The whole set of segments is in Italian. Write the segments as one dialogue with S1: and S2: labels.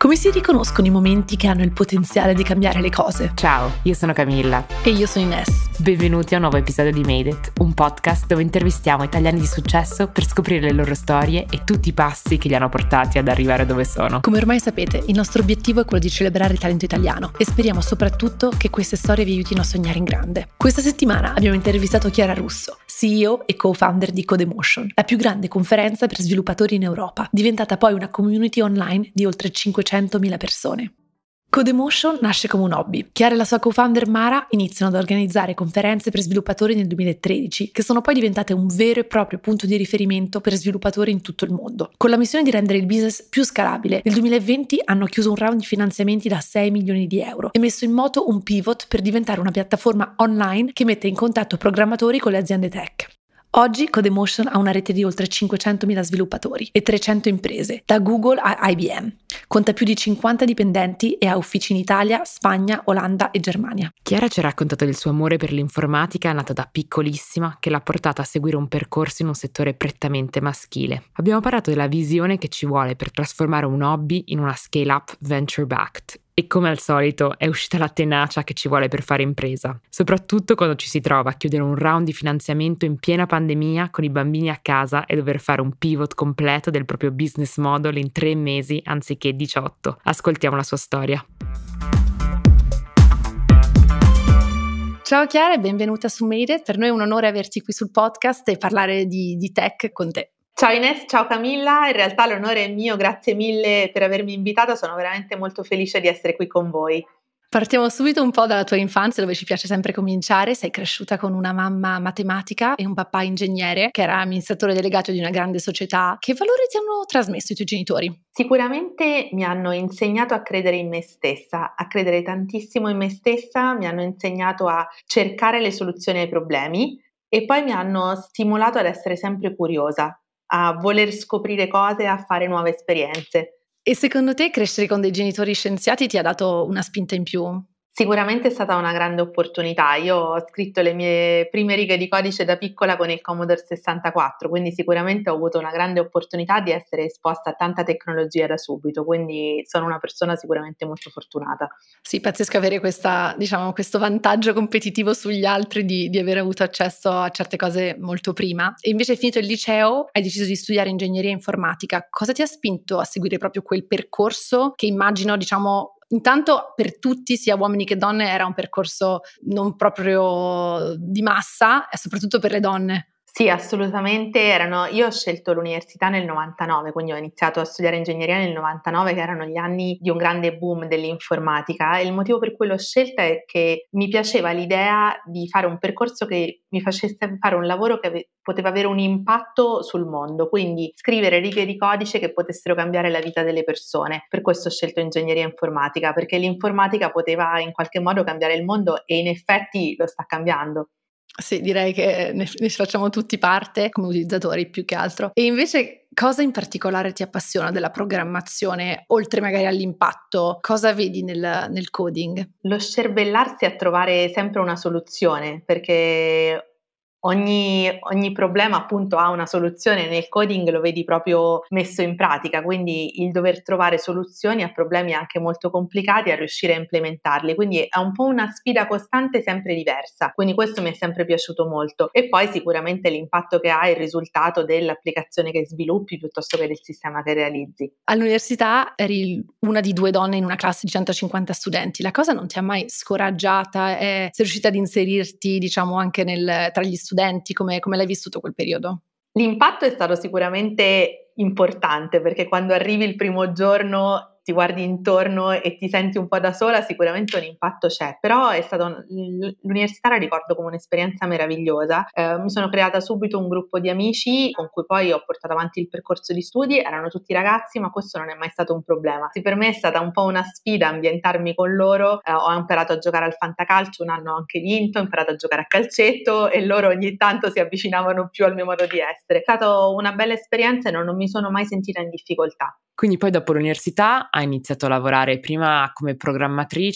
S1: Come si riconoscono i momenti che hanno il potenziale di cambiare le cose?
S2: Ciao, io sono Camilla.
S1: E io sono Ines.
S2: Benvenuti a un nuovo episodio di Made It, un podcast dove intervistiamo italiani di successo per scoprire le loro storie e tutti i passi che li hanno portati ad arrivare dove sono.
S1: Come ormai sapete, il nostro obiettivo è quello di celebrare il talento italiano e speriamo soprattutto che queste storie vi aiutino a sognare in grande. Questa settimana abbiamo intervistato Chiara Russo, CEO e co-founder di Codemotion, la più grande conferenza per sviluppatori in Europa, diventata poi una community online di oltre 500.000 persone. Codemotion nasce come un hobby. Chiara e la sua co-founder Mara iniziano ad organizzare conferenze per sviluppatori nel 2013, che sono poi diventate un vero e proprio punto di riferimento per sviluppatori in tutto il mondo. Con la missione di rendere il business più scalabile, nel 2020 hanno chiuso un round di finanziamenti da 6 milioni di euro e messo in moto un pivot per diventare una piattaforma online che mette in contatto programmatori con le aziende tech. Oggi Codemotion ha una rete di oltre 500.000 sviluppatori e 300 imprese, da Google a IBM. Conta più di 50 dipendenti e ha uffici in Italia, Spagna, Olanda e Germania.
S2: Chiara ci ha raccontato del suo amore per l'informatica nata da piccolissima che l'ha portata a seguire un percorso in un settore prettamente maschile. Abbiamo parlato della visione che ci vuole per trasformare un hobby in una scale-up venture-backed. E come al solito è uscita la tenacia che ci vuole per fare impresa, soprattutto quando ci si trova a chiudere un round di finanziamento in piena pandemia con i bambini a casa e dover fare un pivot completo del proprio business model in 3 mesi anziché 18. Ascoltiamo la sua storia.
S1: Ciao Chiara e benvenuta su Made It. Per noi è un onore averti qui sul podcast e parlare di tech con te.
S3: Ciao Ines, ciao Camilla, in realtà l'onore è mio, grazie mille per avermi invitata, sono veramente molto felice di essere qui con voi.
S1: Partiamo subito un po' dalla tua infanzia, dove ci piace sempre cominciare. Sei cresciuta con una mamma matematica e un papà ingegnere che era amministratore delegato di una grande società. Che valori ti hanno trasmesso i tuoi genitori?
S3: Sicuramente mi hanno insegnato a credere in me stessa, a credere tantissimo in me stessa, mi hanno insegnato a cercare le soluzioni ai problemi e poi mi hanno stimolato ad essere sempre curiosa, a voler scoprire cose, a fare nuove esperienze.
S1: E secondo te crescere con dei genitori scienziati ti ha dato una spinta in più?
S3: Sicuramente è stata una grande opportunità. Io ho scritto le mie prime righe di codice da piccola con il Commodore 64, quindi sicuramente ho avuto una grande opportunità di essere esposta a tanta tecnologia da subito, quindi sono una persona sicuramente molto fortunata.
S1: Sì, pazzesco avere questo vantaggio competitivo sugli altri di aver avuto accesso a certe cose molto prima. E invece hai finito il liceo, hai deciso di studiare ingegneria informatica. Cosa ti ha spinto a seguire proprio quel percorso che immagino, intanto per tutti, sia uomini che donne, era un percorso non proprio di massa e soprattutto per le donne?
S3: Sì, assolutamente. Io ho scelto l'università nel 99, quindi ho iniziato a studiare ingegneria nel 99, che erano gli anni di un grande boom dell'informatica, e il motivo per cui l'ho scelta è che mi piaceva l'idea di fare un percorso che mi facesse fare un lavoro che poteva avere un impatto sul mondo, quindi scrivere righe di codice che potessero cambiare la vita delle persone. Per questo ho scelto ingegneria informatica, perché l'informatica poteva in qualche modo cambiare il mondo e in effetti lo sta cambiando.
S1: Sì, direi che ne facciamo tutti parte come utilizzatori più che altro. E invece cosa in particolare ti appassiona della programmazione, oltre magari all'impatto? Cosa vedi nel coding?
S3: Lo scervellarsi a trovare sempre una soluzione, perché ogni problema appunto ha una soluzione, nel coding lo vedi proprio messo in pratica, quindi il dover trovare soluzioni a problemi anche molto complicati e a riuscire a implementarli, quindi è un po' una sfida costante sempre diversa, quindi questo mi è sempre piaciuto molto. E poi sicuramente l'impatto che ha il risultato dell'applicazione che sviluppi piuttosto che del sistema che realizzi.
S1: All'università eri una di 2 donne in una classe di 150 studenti, la cosa non ti ha mai scoraggiata? Sei riuscita ad inserirti anche tra gli studenti? Come l'hai vissuto quel periodo?
S3: L'impatto è stato sicuramente importante, perché quando arrivi il primo giorno ti guardi intorno e ti senti un po' da sola, sicuramente un impatto c'è, però l'università la ricordo come un'esperienza meravigliosa. Mi sono creata subito un gruppo di amici con cui poi ho portato avanti il percorso di studi, erano tutti ragazzi, ma questo non è mai stato un problema. Sì, per me è stata un po' una sfida ambientarmi con loro, ho imparato a giocare al fantacalcio, un anno ho anche vinto, ho imparato a giocare a calcetto e loro ogni tanto si avvicinavano più al mio modo di essere. È stata una bella esperienza e non mi sono mai sentita in difficoltà.
S2: Quindi poi dopo l'università hai iniziato a lavorare prima come programmatrice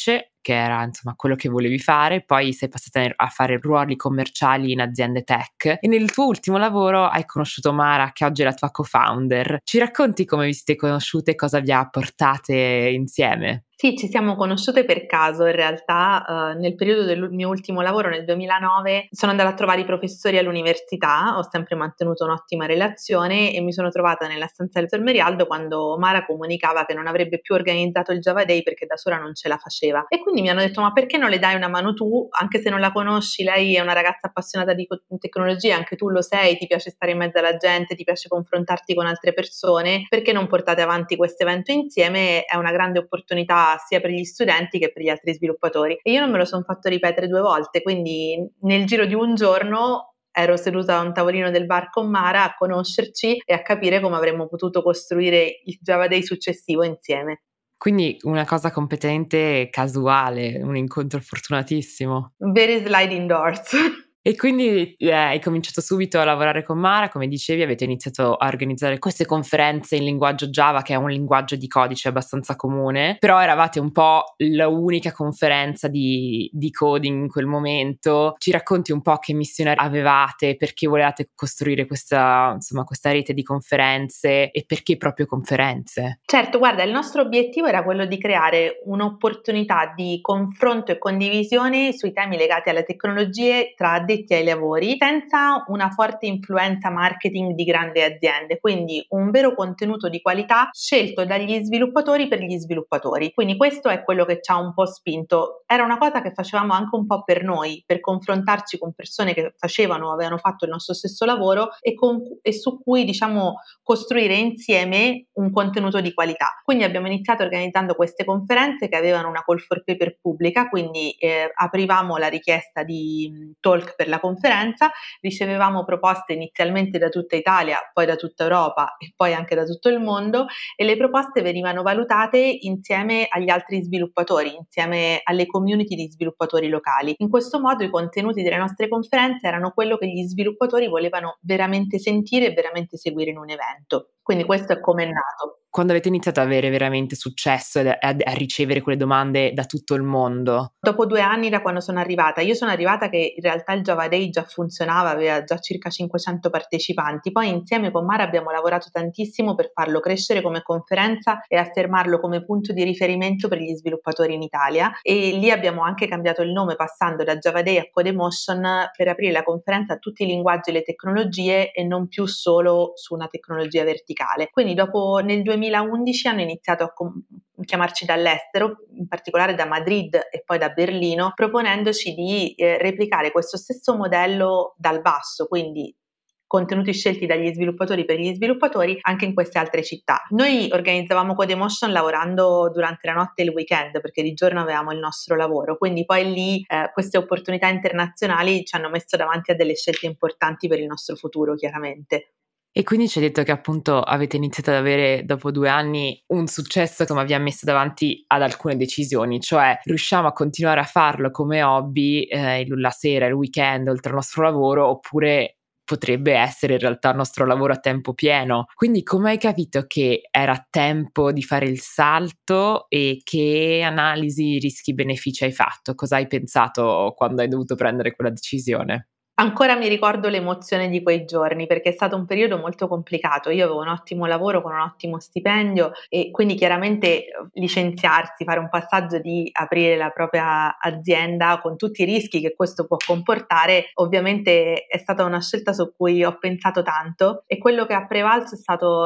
S2: che era insomma quello che volevi fare, poi sei passata a fare ruoli commerciali in aziende tech e nel tuo ultimo lavoro hai conosciuto Mara, che oggi è la tua co-founder. Ci racconti come vi siete conosciute e cosa vi ha portate insieme?
S3: Sì, ci siamo conosciute per caso in realtà, nel periodo del mio ultimo lavoro nel 2009 sono andata a trovare i professori all'università, ho sempre mantenuto un'ottima relazione e mi sono trovata nella stanza del Tor Merialdo quando Mara comunicava che non avrebbe più organizzato il Java Day perché da sola non ce la faceva e quindi mi hanno detto: ma perché non le dai una mano tu, anche se non la conosci, lei è una ragazza appassionata di tecnologia, anche tu lo sei, ti piace stare in mezzo alla gente, ti piace confrontarti con altre persone, perché non portate avanti questo evento insieme? È una grande opportunità sia per gli studenti che per gli altri sviluppatori. E io non me lo sono fatto ripetere 2 volte, quindi nel giro di un giorno ero seduta a un tavolino del bar con Mara a conoscerci e a capire come avremmo potuto costruire il Java Day successivo insieme.
S2: Quindi una cosa completamente casuale, un incontro fortunatissimo.
S3: Very sliding doors.
S2: E quindi hai cominciato subito a lavorare con Mara, come dicevi, avete iniziato a organizzare queste conferenze in linguaggio Java, che è un linguaggio di codice abbastanza comune, però eravate un po' l'unica conferenza di coding in quel momento. Ci racconti un po' che missione avevate, perché volevate costruire questa rete di conferenze e perché proprio conferenze?
S3: Certo, guarda, il nostro obiettivo era quello di creare un'opportunità di confronto e condivisione sui temi legati alle tecnologie tra addetti ai lavori, senza una forte influenza marketing di grandi aziende, quindi un vero contenuto di qualità scelto dagli sviluppatori per gli sviluppatori. Quindi questo è quello che ci ha un po' spinto. Era una cosa che facevamo anche un po' per noi, per confrontarci con persone che facevano o avevano fatto il nostro stesso lavoro e su cui, diciamo, costruire insieme un contenuto di qualità. Quindi abbiamo iniziato organizzando queste conferenze che avevano una call for paper pubblica, quindi aprivamo la richiesta di talk per la conferenza, ricevevamo proposte inizialmente da tutta Italia, poi da tutta Europa e poi anche da tutto il mondo e le proposte venivano valutate insieme agli altri sviluppatori, insieme alle community di sviluppatori locali. In questo modo i contenuti delle nostre conferenze erano quello che gli sviluppatori volevano veramente sentire e veramente seguire in un evento. Quindi questo è come è nato.
S2: Quando avete iniziato ad avere veramente successo e a ricevere quelle domande da tutto il mondo?
S3: Dopo 2 anni da quando sono arrivata. Io sono arrivata che in realtà il Java Day già funzionava, aveva già circa 500 partecipanti. Poi insieme con Mara abbiamo lavorato tantissimo per farlo crescere come conferenza e affermarlo come punto di riferimento per gli sviluppatori in Italia. E lì abbiamo anche cambiato il nome passando da Java Day a Codemotion per aprire la conferenza a tutti i linguaggi e le tecnologie e non più solo su una tecnologia verticale. Quindi nel 2011 hanno iniziato a chiamarci dall'estero, in particolare da Madrid e poi da Berlino, proponendoci di replicare questo stesso modello dal basso, quindi contenuti scelti dagli sviluppatori per gli sviluppatori anche in queste altre città. Noi organizzavamo Codemotion lavorando durante la notte e il weekend perché di giorno avevamo il nostro lavoro, quindi poi lì queste opportunità internazionali ci hanno messo davanti a delle scelte importanti per il nostro futuro, chiaramente.
S2: E quindi ci hai detto che appunto avete iniziato ad avere dopo 2 anni un successo che vi ha messo davanti ad alcune decisioni, cioè riusciamo a continuare a farlo come hobby la sera, il weekend, oltre al nostro lavoro, oppure potrebbe essere in realtà il nostro lavoro a tempo pieno. Quindi come hai capito che era tempo di fare il salto e che analisi rischi-benefici hai fatto? Cosa hai pensato quando hai dovuto prendere quella decisione?
S3: Ancora mi ricordo l'emozione di quei giorni perché è stato un periodo molto complicato. Io avevo un ottimo lavoro con un ottimo stipendio e quindi chiaramente licenziarsi, fare un passaggio di aprire la propria azienda con tutti i rischi che questo può comportare, ovviamente è stata una scelta su cui ho pensato tanto e quello che ha prevalso è stato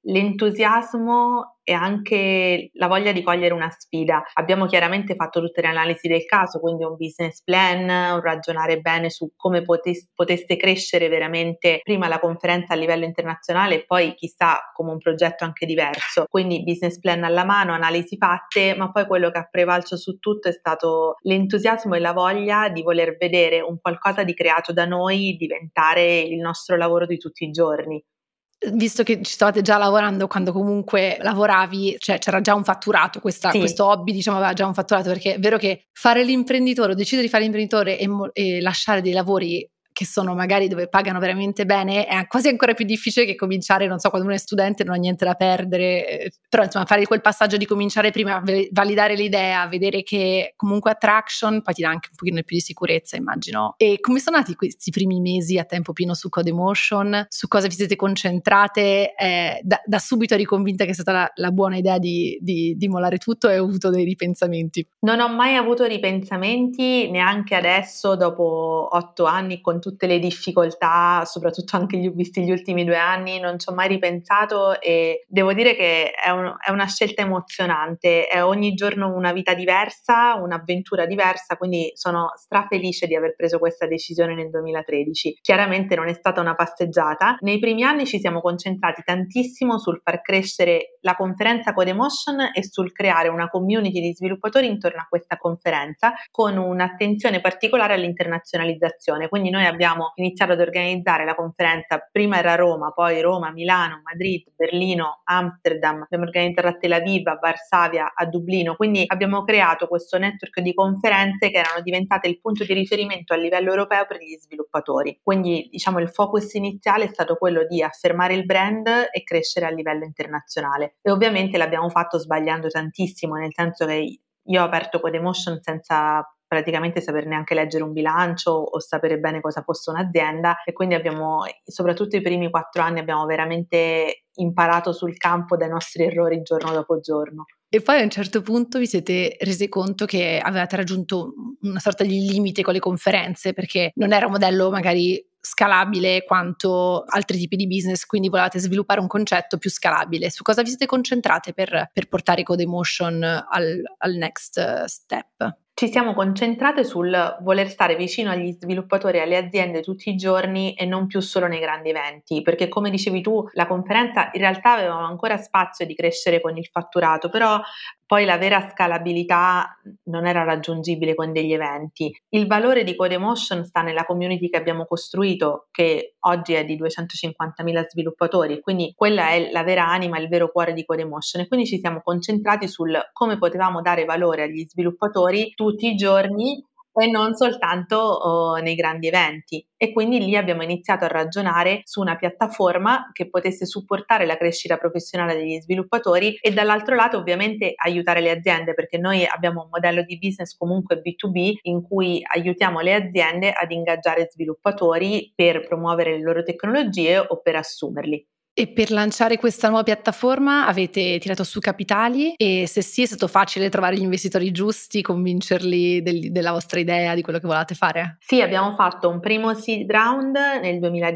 S3: l'entusiasmo e anche la voglia di cogliere una sfida. Abbiamo chiaramente fatto tutte le analisi del caso, quindi un business plan, un ragionare bene su come potesse crescere veramente prima la conferenza a livello internazionale e poi chissà come un progetto anche diverso. Quindi business plan alla mano, analisi fatte, ma poi quello che ha prevalso su tutto è stato l'entusiasmo e la voglia di voler vedere un qualcosa di creato da noi diventare il nostro lavoro di tutti i giorni.
S1: Visto che ci stavate già lavorando quando comunque lavoravi, cioè c'era già un fatturato,
S3: Sì.
S1: questo hobby diciamo aveva già un fatturato, perché è vero che fare l'imprenditore o decidere di fare l'imprenditore e lasciare dei lavori che sono magari dove pagano veramente bene, è quasi ancora più difficile che cominciare, non so, quando uno è studente non ha niente da perdere, però insomma fare quel passaggio di cominciare prima, validare l'idea, vedere che comunque attraction, poi ti dà anche un pochino più di sicurezza, immagino. E come sono nati questi primi mesi a tempo pieno su CodeMotion? Su cosa vi siete concentrate? Da subito eri convinta che è stata la buona idea di mollare tutto, e ho avuto dei ripensamenti?
S3: Non ho mai avuto ripensamenti, neanche adesso dopo 8 anni, con tutte le difficoltà, soprattutto anche visti gli ultimi 2 anni, non ci ho mai ripensato, e devo dire che è una scelta emozionante, è ogni giorno una vita diversa, un'avventura diversa, quindi sono strafelice di aver preso questa decisione nel 2013. Chiaramente non è stata una passeggiata. Nei primi anni ci siamo concentrati tantissimo sul far crescere la conferenza CodeMotion e sul creare una community di sviluppatori intorno a questa conferenza, con un'attenzione particolare all'internazionalizzazione. Quindi noi abbiamo iniziato ad organizzare la conferenza, prima era Roma, poi Roma, Milano, Madrid, Berlino, Amsterdam, abbiamo organizzato a Tel Aviv, a Varsavia, a Dublino, quindi abbiamo creato questo network di conferenze che erano diventate il punto di riferimento a livello europeo per gli sviluppatori. Quindi diciamo il focus iniziale è stato quello di affermare il brand e crescere a livello internazionale, e ovviamente l'abbiamo fatto sbagliando tantissimo, nel senso che io ho aperto CodeMotion senza praticamente saper neanche leggere un bilancio o sapere bene cosa fosse un'azienda, e quindi abbiamo, soprattutto i primi 4 anni, abbiamo veramente imparato sul campo dai nostri errori giorno dopo giorno.
S1: E poi a un certo punto vi siete resi conto che avevate raggiunto una sorta di limite con le conferenze, perché non era un modello magari scalabile quanto altri tipi di business, quindi volevate sviluppare un concetto più scalabile. Su cosa vi siete concentrate per portare CodeMotion al next step?
S3: Ci siamo concentrate sul voler stare vicino agli sviluppatori e alle aziende tutti i giorni, e non più solo nei grandi eventi, perché come dicevi tu, la conferenza in realtà avevamo ancora spazio di crescere con il fatturato, però poi la vera scalabilità non era raggiungibile con degli eventi. Il valore di CodeMotion sta nella community che abbiamo costruito, che oggi è di 250.000 sviluppatori, quindi quella è la vera anima, il vero cuore di CodeMotion, e quindi ci siamo concentrati sul come potevamo dare valore agli sviluppatori tutti i giorni e non soltanto nei grandi eventi. E quindi lì abbiamo iniziato a ragionare su una piattaforma che potesse supportare la crescita professionale degli sviluppatori e dall'altro lato ovviamente aiutare le aziende, perché noi abbiamo un modello di business comunque B2B in cui aiutiamo le aziende ad ingaggiare sviluppatori per promuovere le loro tecnologie o per assumerli.
S1: E per lanciare questa nuova piattaforma avete tirato su capitali? E se sì, è stato facile trovare gli investitori giusti, convincerli della vostra idea, di quello che volevate fare?
S3: Sì, abbiamo fatto un primo seed round nel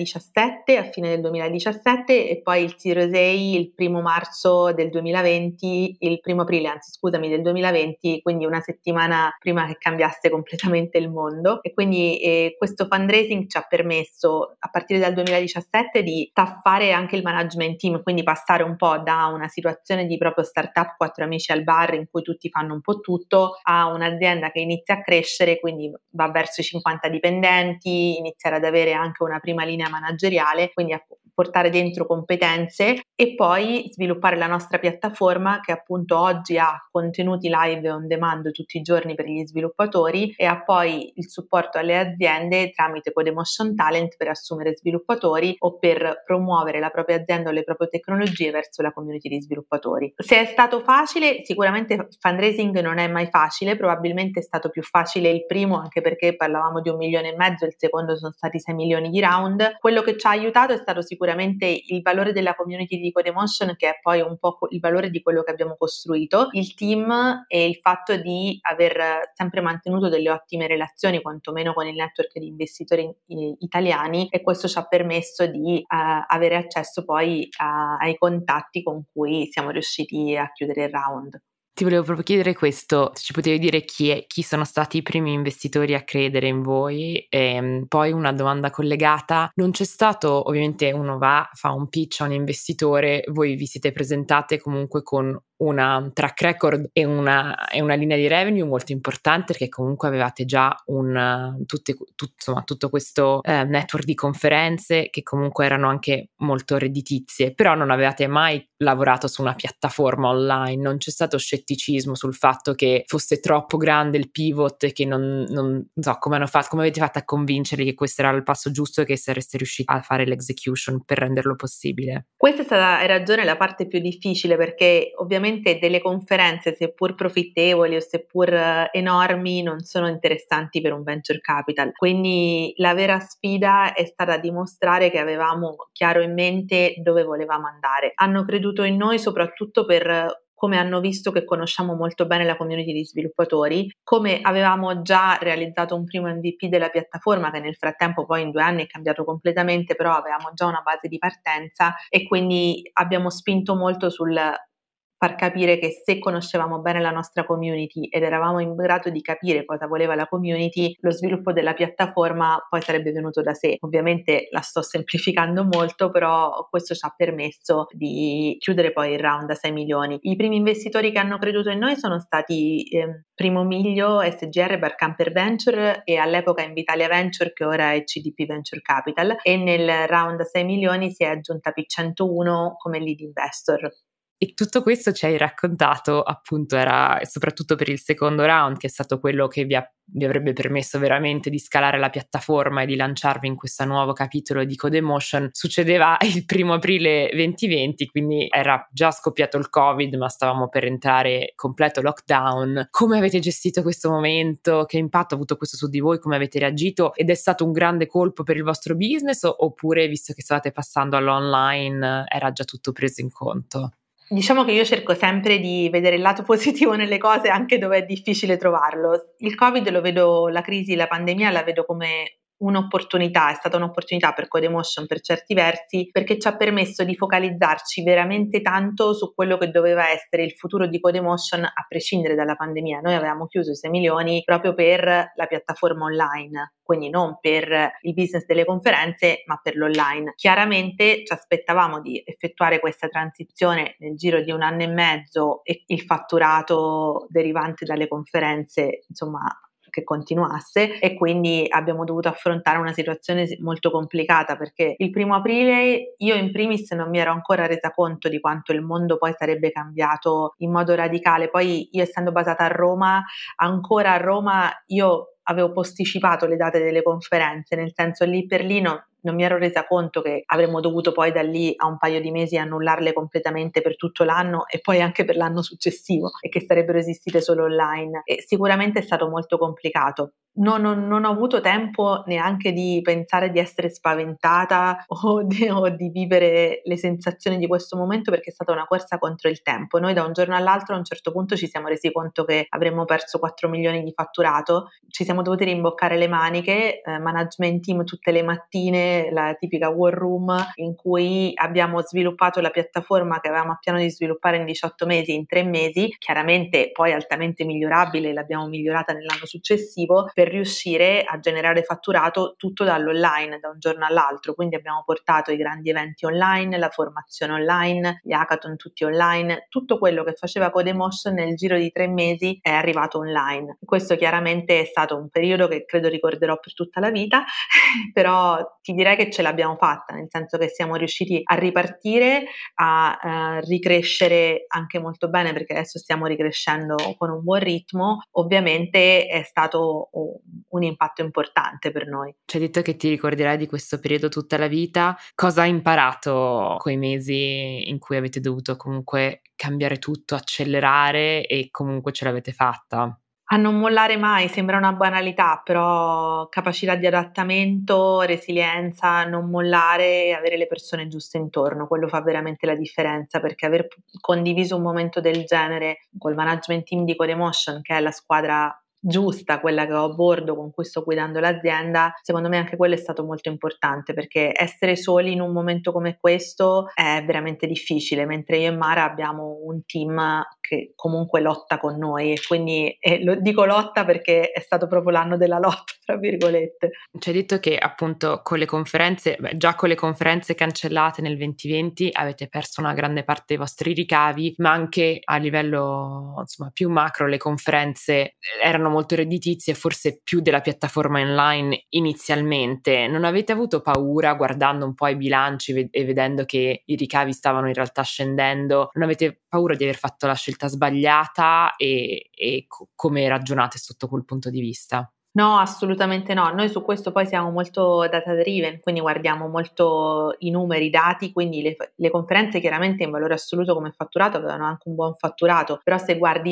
S3: 2017, a fine del 2017, e poi il Series A il 1 marzo del 2020, il 1 aprile, anzi scusami, del 2020, quindi una settimana prima che cambiasse completamente il mondo. E quindi questo fundraising ci ha permesso, a partire dal 2017, di staffare anche il management team, quindi passare un po' da una situazione di proprio startup 4 amici al bar in cui tutti fanno un po' tutto, a un'azienda che inizia a crescere, quindi va verso i 50 dipendenti, iniziare ad avere anche una prima linea manageriale, quindi a portare dentro competenze e poi sviluppare la nostra piattaforma, che appunto oggi ha contenuti live on demand tutti i giorni per gli sviluppatori, e ha poi il supporto alle aziende tramite CodeMotion Talent per assumere sviluppatori o per promuovere la propria azienda o le proprie tecnologie verso la community di sviluppatori. Se è stato facile, sicuramente fundraising non è mai facile, probabilmente è stato più facile il primo, anche perché parlavamo di 1,5 milioni, il secondo sono stati 6 milioni di round. Quello che ci ha aiutato è stato sicuramente il valore della community di CodeMotion, che è poi un po' il valore di quello che abbiamo costruito, il team e il fatto di aver sempre mantenuto delle ottime relazioni, quantomeno con il network di investitori italiani, e questo ci ha permesso di avere accesso poi ai contatti con cui siamo riusciti a chiudere il round.
S2: Ti volevo proprio chiedere questo, se ci potevi dire chi sono stati i primi investitori a credere in voi. E poi una domanda collegata: non c'è stato, ovviamente uno fa un pitch a un investitore, voi vi siete presentate comunque con una track record e una linea di revenue molto importante, perché comunque avevate già tutto questo network di conferenze che comunque erano anche molto redditizie, però non avevate mai lavorato su una piattaforma online, non c'è stato scetticismo sul fatto che fosse troppo grande il pivot e che non so come avete fatto a convincerli che questo era il passo giusto e che sareste riusciti a fare l'execution per renderlo possibile?
S3: Questa è stata, hai ragione, la parte più difficile, perché ovviamente delle conferenze, seppur profittevoli o seppur enormi, non sono interessanti per un venture capital. Quindi la vera sfida è stata dimostrare che avevamo chiaro in mente dove volevamo andare. Hanno creduto in noi soprattutto per come hanno visto che conosciamo molto bene la community di sviluppatori, come avevamo già realizzato un primo MVP della piattaforma che nel frattempo poi in 2 anni è cambiato completamente, però avevamo già una base di partenza e quindi abbiamo spinto molto sul far capire che se conoscevamo bene la nostra community ed eravamo in grado di capire cosa voleva la community, lo sviluppo della piattaforma poi sarebbe venuto da sé. Ovviamente la sto semplificando molto, però questo ci ha permesso di chiudere poi il round da 6 milioni. I primi investitori che hanno creduto in noi sono stati Primo Miglio, SGR, Barcamper Venture e all'epoca Invitalia Venture, che ora è CDP Venture Capital, e nel round da 6 milioni si è aggiunta P101 come lead investor.
S2: E tutto questo ci hai raccontato, appunto, era soprattutto per il secondo round, che è stato quello che vi avrebbe permesso veramente di scalare la piattaforma e di lanciarvi in questo nuovo capitolo di Codemotion. Succedeva il 1° aprile 2020, quindi era già scoppiato il Covid, ma stavamo per entrare completo lockdown. Come avete gestito questo momento? Che impatto ha avuto questo su di voi? Come avete reagito? Ed è stato un grande colpo per il vostro business, oppure, visto che stavate passando all'online, era già tutto preso in conto?
S3: Diciamo che io cerco sempre di vedere il lato positivo nelle cose anche dove è difficile trovarlo. Il Covid lo vedo, la crisi, la pandemia la vedo come un'opportunità, è stata un'opportunità per Codemotion per certi versi, perché ci ha permesso di focalizzarci veramente tanto su quello che doveva essere il futuro di Codemotion a prescindere dalla pandemia. Noi avevamo chiuso i 6 milioni proprio per la piattaforma online, quindi non per il business delle conferenze, ma per l'online. Chiaramente ci aspettavamo di effettuare questa transizione nel giro di 1 anno e mezzo e il fatturato derivante dalle conferenze, insomma, che continuasse, e quindi abbiamo dovuto affrontare una situazione molto complicata, perché il 1° aprile io in primis non mi ero ancora resa conto di quanto il mondo poi sarebbe cambiato in modo radicale. Poi io, essendo basata a Roma, ancora a Roma io avevo posticipato le date delle conferenze, nel senso lì per lì non mi ero resa conto che avremmo dovuto poi da lì a un paio di mesi annullarle completamente per tutto l'anno e poi anche per l'anno successivo, e che sarebbero esistite solo online, e sicuramente è stato molto complicato. Non ho avuto tempo neanche di pensare di essere spaventata o di vivere le sensazioni di questo momento, perché è stata una corsa contro il tempo. Noi da un giorno all'altro a un certo punto ci siamo resi conto che avremmo perso 4 milioni di fatturato, ci siamo dovuti rimboccare le maniche, management team tutte le mattine, la tipica war room in cui abbiamo sviluppato la piattaforma che avevamo a piano di sviluppare in 18 mesi, in 3 mesi, chiaramente poi altamente migliorabile, l'abbiamo migliorata nell'anno successivo, per riuscire a generare fatturato tutto dall'online, da un giorno all'altro. Quindi abbiamo portato i grandi eventi online, la formazione online, gli hackathon tutti online, tutto quello che faceva Codemotion nel giro di 3 mesi è arrivato online. Questo chiaramente è stato un periodo che credo ricorderò per tutta la vita, però ti direi che ce l'abbiamo fatta, nel senso che siamo riusciti a ripartire, a ricrescere anche molto bene, perché adesso stiamo ricrescendo con un buon ritmo. Ovviamente è stato un impatto importante per noi.
S2: Ci hai detto che ti ricorderai di questo periodo tutta la vita. Cosa hai imparato quei mesi in cui avete dovuto comunque cambiare tutto, accelerare, e comunque ce l'avete fatta?
S3: A non mollare mai, sembra una banalità, però capacità di adattamento, resilienza, non mollare e avere le persone giuste intorno, quello fa veramente la differenza, perché aver condiviso un momento del genere col management team di Codemotion, che è la squadra giusta, quella che ho a bordo, con cui sto guidando l'azienda, secondo me anche quello è stato molto importante, perché essere soli in un momento come questo è veramente difficile, mentre io e Mara abbiamo un team che comunque lotta con noi, e quindi lo dico lotta perché è stato proprio l'anno della lotta, tra virgolette.
S2: Ci hai detto che appunto con le conferenze, già con le conferenze cancellate nel 2020 avete perso una grande parte dei vostri ricavi, ma anche a livello insomma più macro le conferenze erano molto redditizie, forse più della piattaforma online inizialmente. Non avete avuto paura, guardando un po' i bilanci e vedendo che i ricavi stavano in realtà scendendo, non avete paura di aver fatto la scelta sbagliata e come ragionate sotto quel punto di vista?
S3: No, assolutamente no. Noi su questo poi siamo molto data driven, quindi guardiamo molto i numeri, i dati, quindi le conferenze chiaramente in valore assoluto come fatturato avevano anche un buon fatturato, però se guardi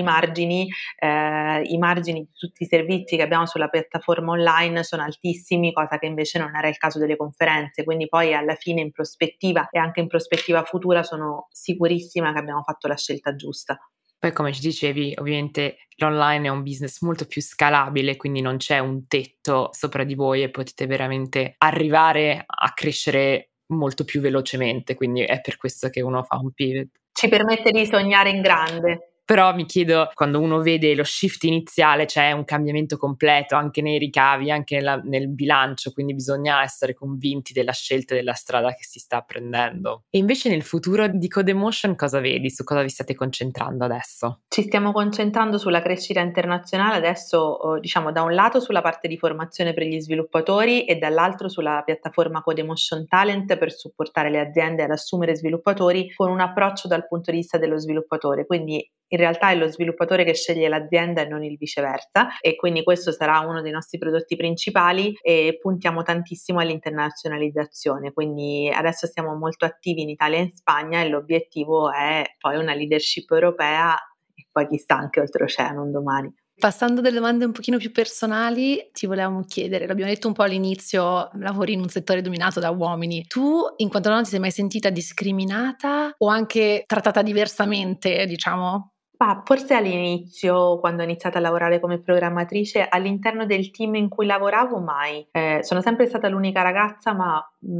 S3: i margini di tutti i servizi che abbiamo sulla piattaforma online sono altissimi, cosa che invece non era il caso delle conferenze, quindi poi alla fine in prospettiva e anche in prospettiva futura sono sicurissima che abbiamo fatto la scelta giusta.
S2: Poi come ci dicevi, ovviamente l'online è un business molto più scalabile, quindi non c'è un tetto sopra di voi e potete veramente arrivare a crescere molto più velocemente, quindi è per questo che uno fa un pivot.
S3: Ci permette di sognare in grande.
S2: Però mi chiedo, quando uno vede lo shift iniziale, c'è un cambiamento completo anche nei ricavi, anche nel bilancio, quindi bisogna essere convinti della scelta e della strada che si sta prendendo. E invece nel futuro di Codemotion cosa vedi? Su cosa vi state concentrando adesso?
S3: Ci stiamo concentrando sulla crescita internazionale adesso, diciamo da un lato sulla parte di formazione per gli sviluppatori e dall'altro sulla piattaforma Codemotion Talent per supportare le aziende ad assumere sviluppatori con un approccio dal punto di vista dello sviluppatore, quindi in realtà è lo sviluppatore che sceglie l'azienda e non il viceversa, e quindi questo sarà uno dei nostri prodotti principali e puntiamo tantissimo all'internazionalizzazione, quindi adesso siamo molto attivi in Italia e in Spagna e l'obiettivo è poi una leadership europea e poi chissà anche oltreoceano un domani.
S1: Passando delle domande un pochino più personali, ti volevamo chiedere, l'abbiamo detto un po' all'inizio, lavori in un settore dominato da uomini. Tu, in quanto donna, ti sei mai sentita discriminata o anche trattata diversamente, diciamo?
S3: Forse all'inizio, quando ho iniziato a lavorare come programmatrice, all'interno del team in cui lavoravo mai. Sono sempre stata l'unica ragazza, ma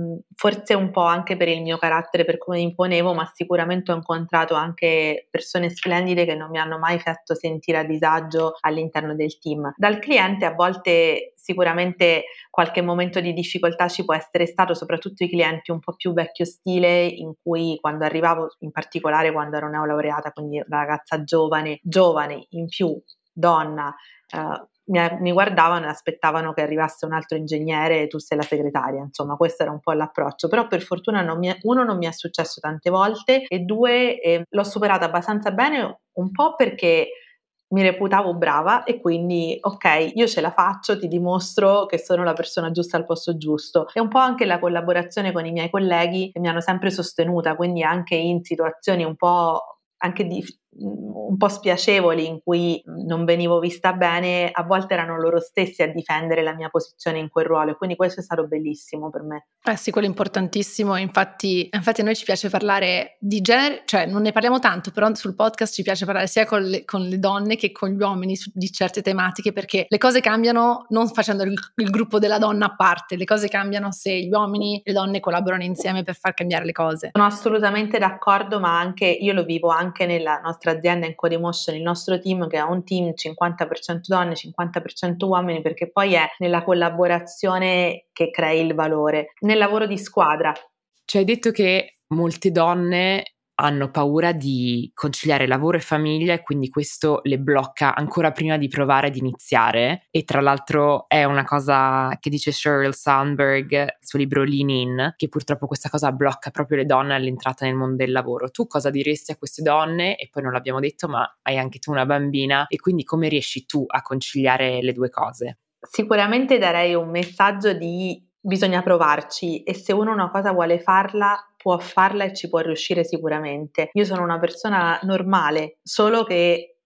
S3: forse un po' anche per il mio carattere, per come mi imponevo, ma sicuramente ho incontrato anche persone splendide che non mi hanno mai fatto sentire a disagio all'interno del team. Dal cliente a volte sicuramente qualche momento di difficoltà ci può essere stato, soprattutto i clienti un po' più vecchio stile, in cui quando arrivavo, in particolare quando ero neolaureata, quindi una ragazza giovane, in più donna, mi guardavano e aspettavano che arrivasse un altro ingegnere e tu sei la segretaria, insomma questo era un po' l'approccio, però per fortuna non mi è successo tante volte e due, l'ho superata abbastanza bene, un po' perché mi reputavo brava e quindi ok, io ce la faccio, ti dimostro che sono la persona giusta al posto giusto, e un po' anche la collaborazione con i miei colleghi che mi hanno sempre sostenuta, quindi anche in situazioni un po' anche un po' spiacevoli in cui non venivo vista bene, a volte erano loro stessi a difendere la mia posizione in quel ruolo e quindi questo è stato bellissimo per me.
S1: Sì, quello è importantissimo, infatti a noi ci piace parlare di genere, cioè non ne parliamo tanto, però sul podcast ci piace parlare sia con le donne che con gli uomini di certe tematiche, perché le cose cambiano non facendo il gruppo della donna a parte, le cose cambiano se gli uomini e le donne collaborano insieme per far cambiare le cose.
S3: Sono assolutamente d'accordo, ma anche io lo vivo anche nella nostra azienda in Codemotion, il nostro team che è un team 50% donne, 50% uomini, perché poi è nella collaborazione che crei il valore, nel lavoro di squadra.
S2: Ci hai detto che molte donne hanno paura di conciliare lavoro e famiglia e quindi questo le blocca ancora prima di provare ad iniziare, e tra l'altro è una cosa che dice Sheryl Sandberg nel suo libro Lean In, che purtroppo questa cosa blocca proprio le donne all'entrata nel mondo del lavoro. Tu cosa diresti a queste donne? E poi non l'abbiamo detto, ma hai anche tu una bambina, e quindi come riesci tu a conciliare le due cose?
S3: Sicuramente darei un messaggio di bisogna provarci e se uno una cosa vuole farla, può farla e ci può riuscire sicuramente. Io sono una persona normale, solo che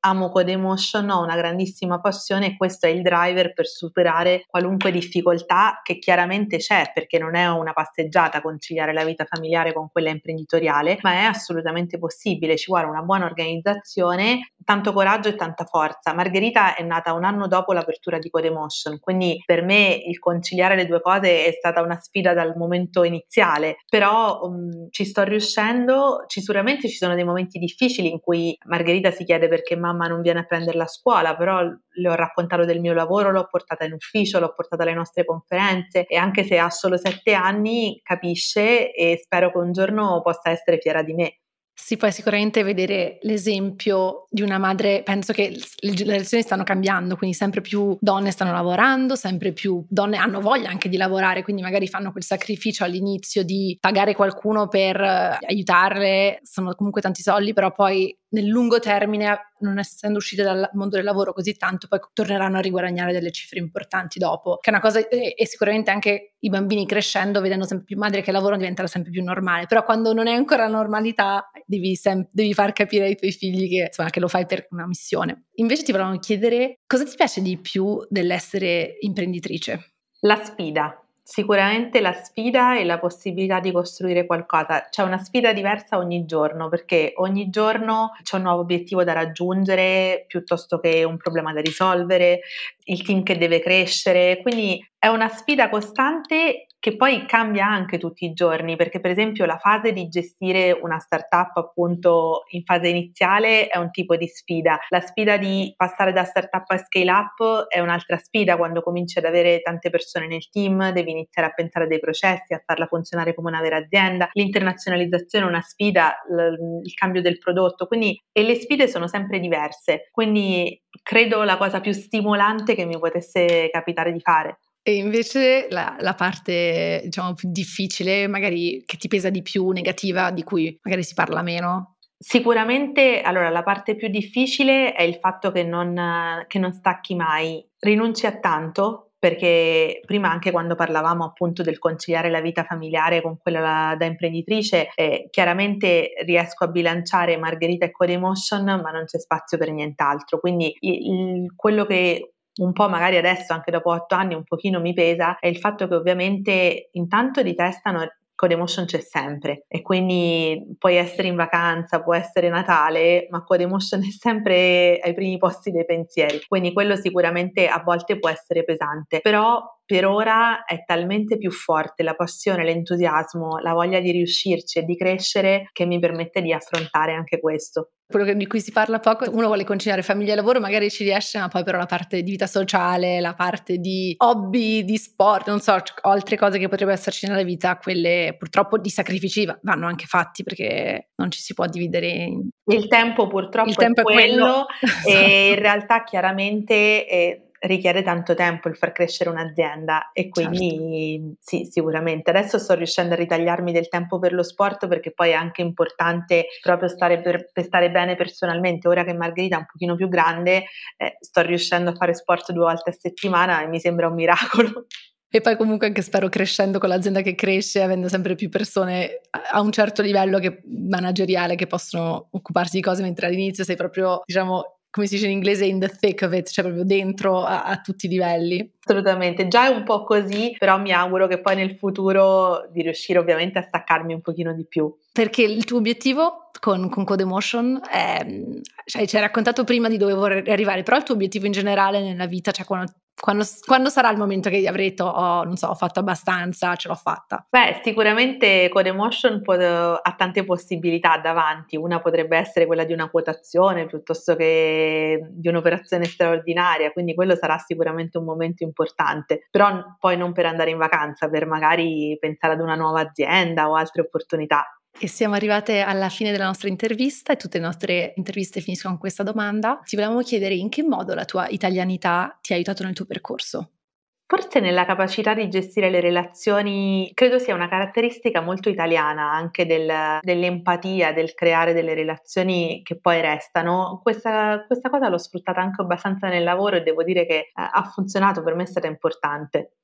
S3: amo Codemotion, ho una grandissima passione e questo è il driver per superare qualunque difficoltà che chiaramente c'è, perché non è una passeggiata conciliare la vita familiare con quella imprenditoriale, ma è assolutamente possibile, ci vuole una buona organizzazione, tanto coraggio e tanta forza. Margherita è nata un anno dopo l'apertura di Codemotion, quindi per me il conciliare le due cose è stata una sfida dal momento iniziale, però ci sto riuscendo. Sicuramente ci sono dei momenti difficili in cui Margherita si chiede perché mamma non viene a prenderla a scuola, però le ho raccontato del mio lavoro, l'ho portata in ufficio, l'ho portata alle nostre conferenze e anche se ha solo 7 anni capisce e spero che un giorno possa essere fiera di me.
S1: Si può sicuramente vedere l'esempio di una madre, penso che le generazioni stanno cambiando, quindi sempre più donne stanno lavorando, sempre più donne hanno voglia anche di lavorare, quindi magari fanno quel sacrificio all'inizio di pagare qualcuno per aiutarle, sono comunque tanti soldi, però poi nel lungo termine, non essendo uscite dal mondo del lavoro così tanto, poi torneranno a riguadagnare delle cifre importanti dopo, che è una cosa, e sicuramente anche i bambini crescendo, vedendo sempre più madri che lavorano, diventerà sempre più normale, però quando non è ancora normalità devi far capire ai tuoi figli che, insomma, che lo fai per una missione. Invece ti volevamo chiedere cosa ti piace di più dell'essere imprenditrice?
S3: La sfida. Sicuramente la sfida e la possibilità di costruire qualcosa. C'è una sfida diversa ogni giorno, perché ogni giorno c'è un nuovo obiettivo da raggiungere piuttosto che un problema da risolvere, il team che deve crescere, quindi è una sfida costante che poi cambia anche tutti i giorni, perché per esempio la fase di gestire una startup appunto in fase iniziale è un tipo di sfida, la sfida di passare da startup a scale up è un'altra sfida, quando cominci ad avere tante persone nel team, devi iniziare a pensare a dei processi, a farla funzionare come una vera azienda, l'internazionalizzazione è una sfida, il cambio del prodotto, quindi e le sfide sono sempre diverse, quindi credo la cosa più stimolante che mi potesse capitare di fare.
S1: E invece la parte, diciamo, più difficile, magari che ti pesa di più, negativa, di cui magari si parla meno?
S3: Sicuramente, allora, la parte più difficile è il fatto che non stacchi mai. Rinunci a tanto, perché prima anche quando parlavamo appunto del conciliare la vita familiare con quella da imprenditrice, chiaramente riesco a bilanciare Margherita e Codemotion, ma non c'è spazio per nient'altro. Quindi quello che un po' magari adesso, anche dopo 8 anni, un pochino mi pesa, è il fatto che ovviamente intanto di testa Codemotion c'è sempre e quindi puoi essere in vacanza, può essere Natale, ma Codemotion è sempre ai primi posti dei pensieri, quindi quello sicuramente a volte può essere pesante, però per ora è talmente più forte la passione, l'entusiasmo, la voglia di riuscirci e di crescere che mi permette di affrontare anche questo.
S1: Quello di cui si parla poco, uno vuole conciliare famiglia e lavoro, magari ci riesce, ma poi però la parte di vita sociale, la parte di hobby, di sport, non so, altre cose che potrebbero esserci nella vita, quelle purtroppo di sacrifici vanno anche fatti perché non ci si può dividere
S3: Il tempo
S1: il
S3: purtroppo è
S1: tempo è quello.
S3: quello e in realtà chiaramente richiede tanto tempo il far crescere un'azienda e
S1: Certo.
S3: quindi sì, sicuramente. Adesso sto riuscendo a ritagliarmi del tempo per lo sport perché poi è anche importante proprio per stare bene personalmente. Ora che Margherita è un pochino più grande, sto riuscendo a fare sport 2 volte a settimana e mi sembra un miracolo.
S1: E poi comunque anche spero crescendo con l'azienda che cresce, avendo sempre più persone a un certo livello manageriale che possono occuparsi di cose, mentre all'inizio sei proprio, diciamo, come si dice in inglese, in the thick of it, cioè proprio dentro a tutti i livelli.
S3: Assolutamente, già è un po' così, però mi auguro che poi nel futuro di riuscire ovviamente a staccarmi un pochino di più.
S1: Perché il tuo obiettivo con Codemotion è, cioè ci hai raccontato prima di dove vorrei arrivare, però il tuo obiettivo in generale nella vita, cioè quando sarà il momento che avrei detto, non so, ho fatto abbastanza, ce l'ho fatta?
S3: Beh, sicuramente Codemotion ha tante possibilità davanti. Una potrebbe essere quella di una quotazione piuttosto che di un'operazione straordinaria, quindi quello sarà sicuramente un momento importante, però poi non per andare in vacanza, per magari pensare ad una nuova azienda o altre opportunità.
S1: E siamo arrivate alla fine della nostra intervista e tutte le nostre interviste finiscono con questa domanda. Ti volevamo chiedere in che modo la tua italianità ti ha aiutato nel tuo percorso?
S3: Forse nella capacità di gestire le relazioni, credo sia una caratteristica molto italiana anche dell'empatia, del creare delle relazioni che poi restano. Questa cosa l'ho sfruttata anche abbastanza nel lavoro e devo dire che ha funzionato, per me è stata importante.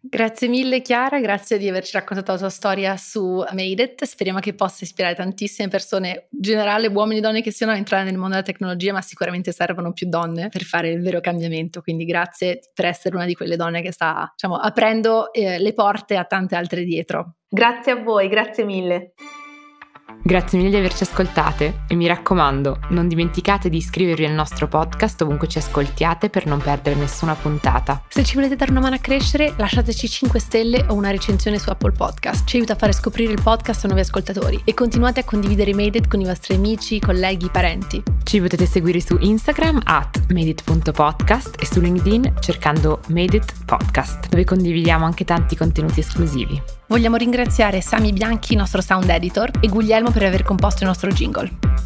S1: Grazie mille Chiara, grazie di averci raccontato la tua storia su Made It, speriamo che possa ispirare tantissime persone, in generale uomini e donne che siano a entrare nel mondo della tecnologia, ma sicuramente servono più donne per fare il vero cambiamento, quindi grazie per essere una di quelle donne che sta, aprendo le porte a tante altre dietro.
S3: Grazie a voi, grazie mille.
S2: Grazie mille di averci ascoltate e mi raccomando, non dimenticate di iscrivervi al nostro podcast ovunque ci ascoltiate per non perdere nessuna puntata.
S1: Se ci volete dare una mano a crescere, lasciateci 5 stelle o una recensione su Apple Podcast, ci aiuta a fare scoprire il podcast a nuovi ascoltatori e continuate a condividere Made It con i vostri amici, colleghi, parenti.
S2: Ci potete seguire su Instagram @madeit.podcast e su LinkedIn cercando Made It Podcast, dove condividiamo anche tanti contenuti esclusivi.
S1: Vogliamo ringraziare Sami Bianchi, nostro sound editor, e Guglielmo per aver composto il nostro jingle.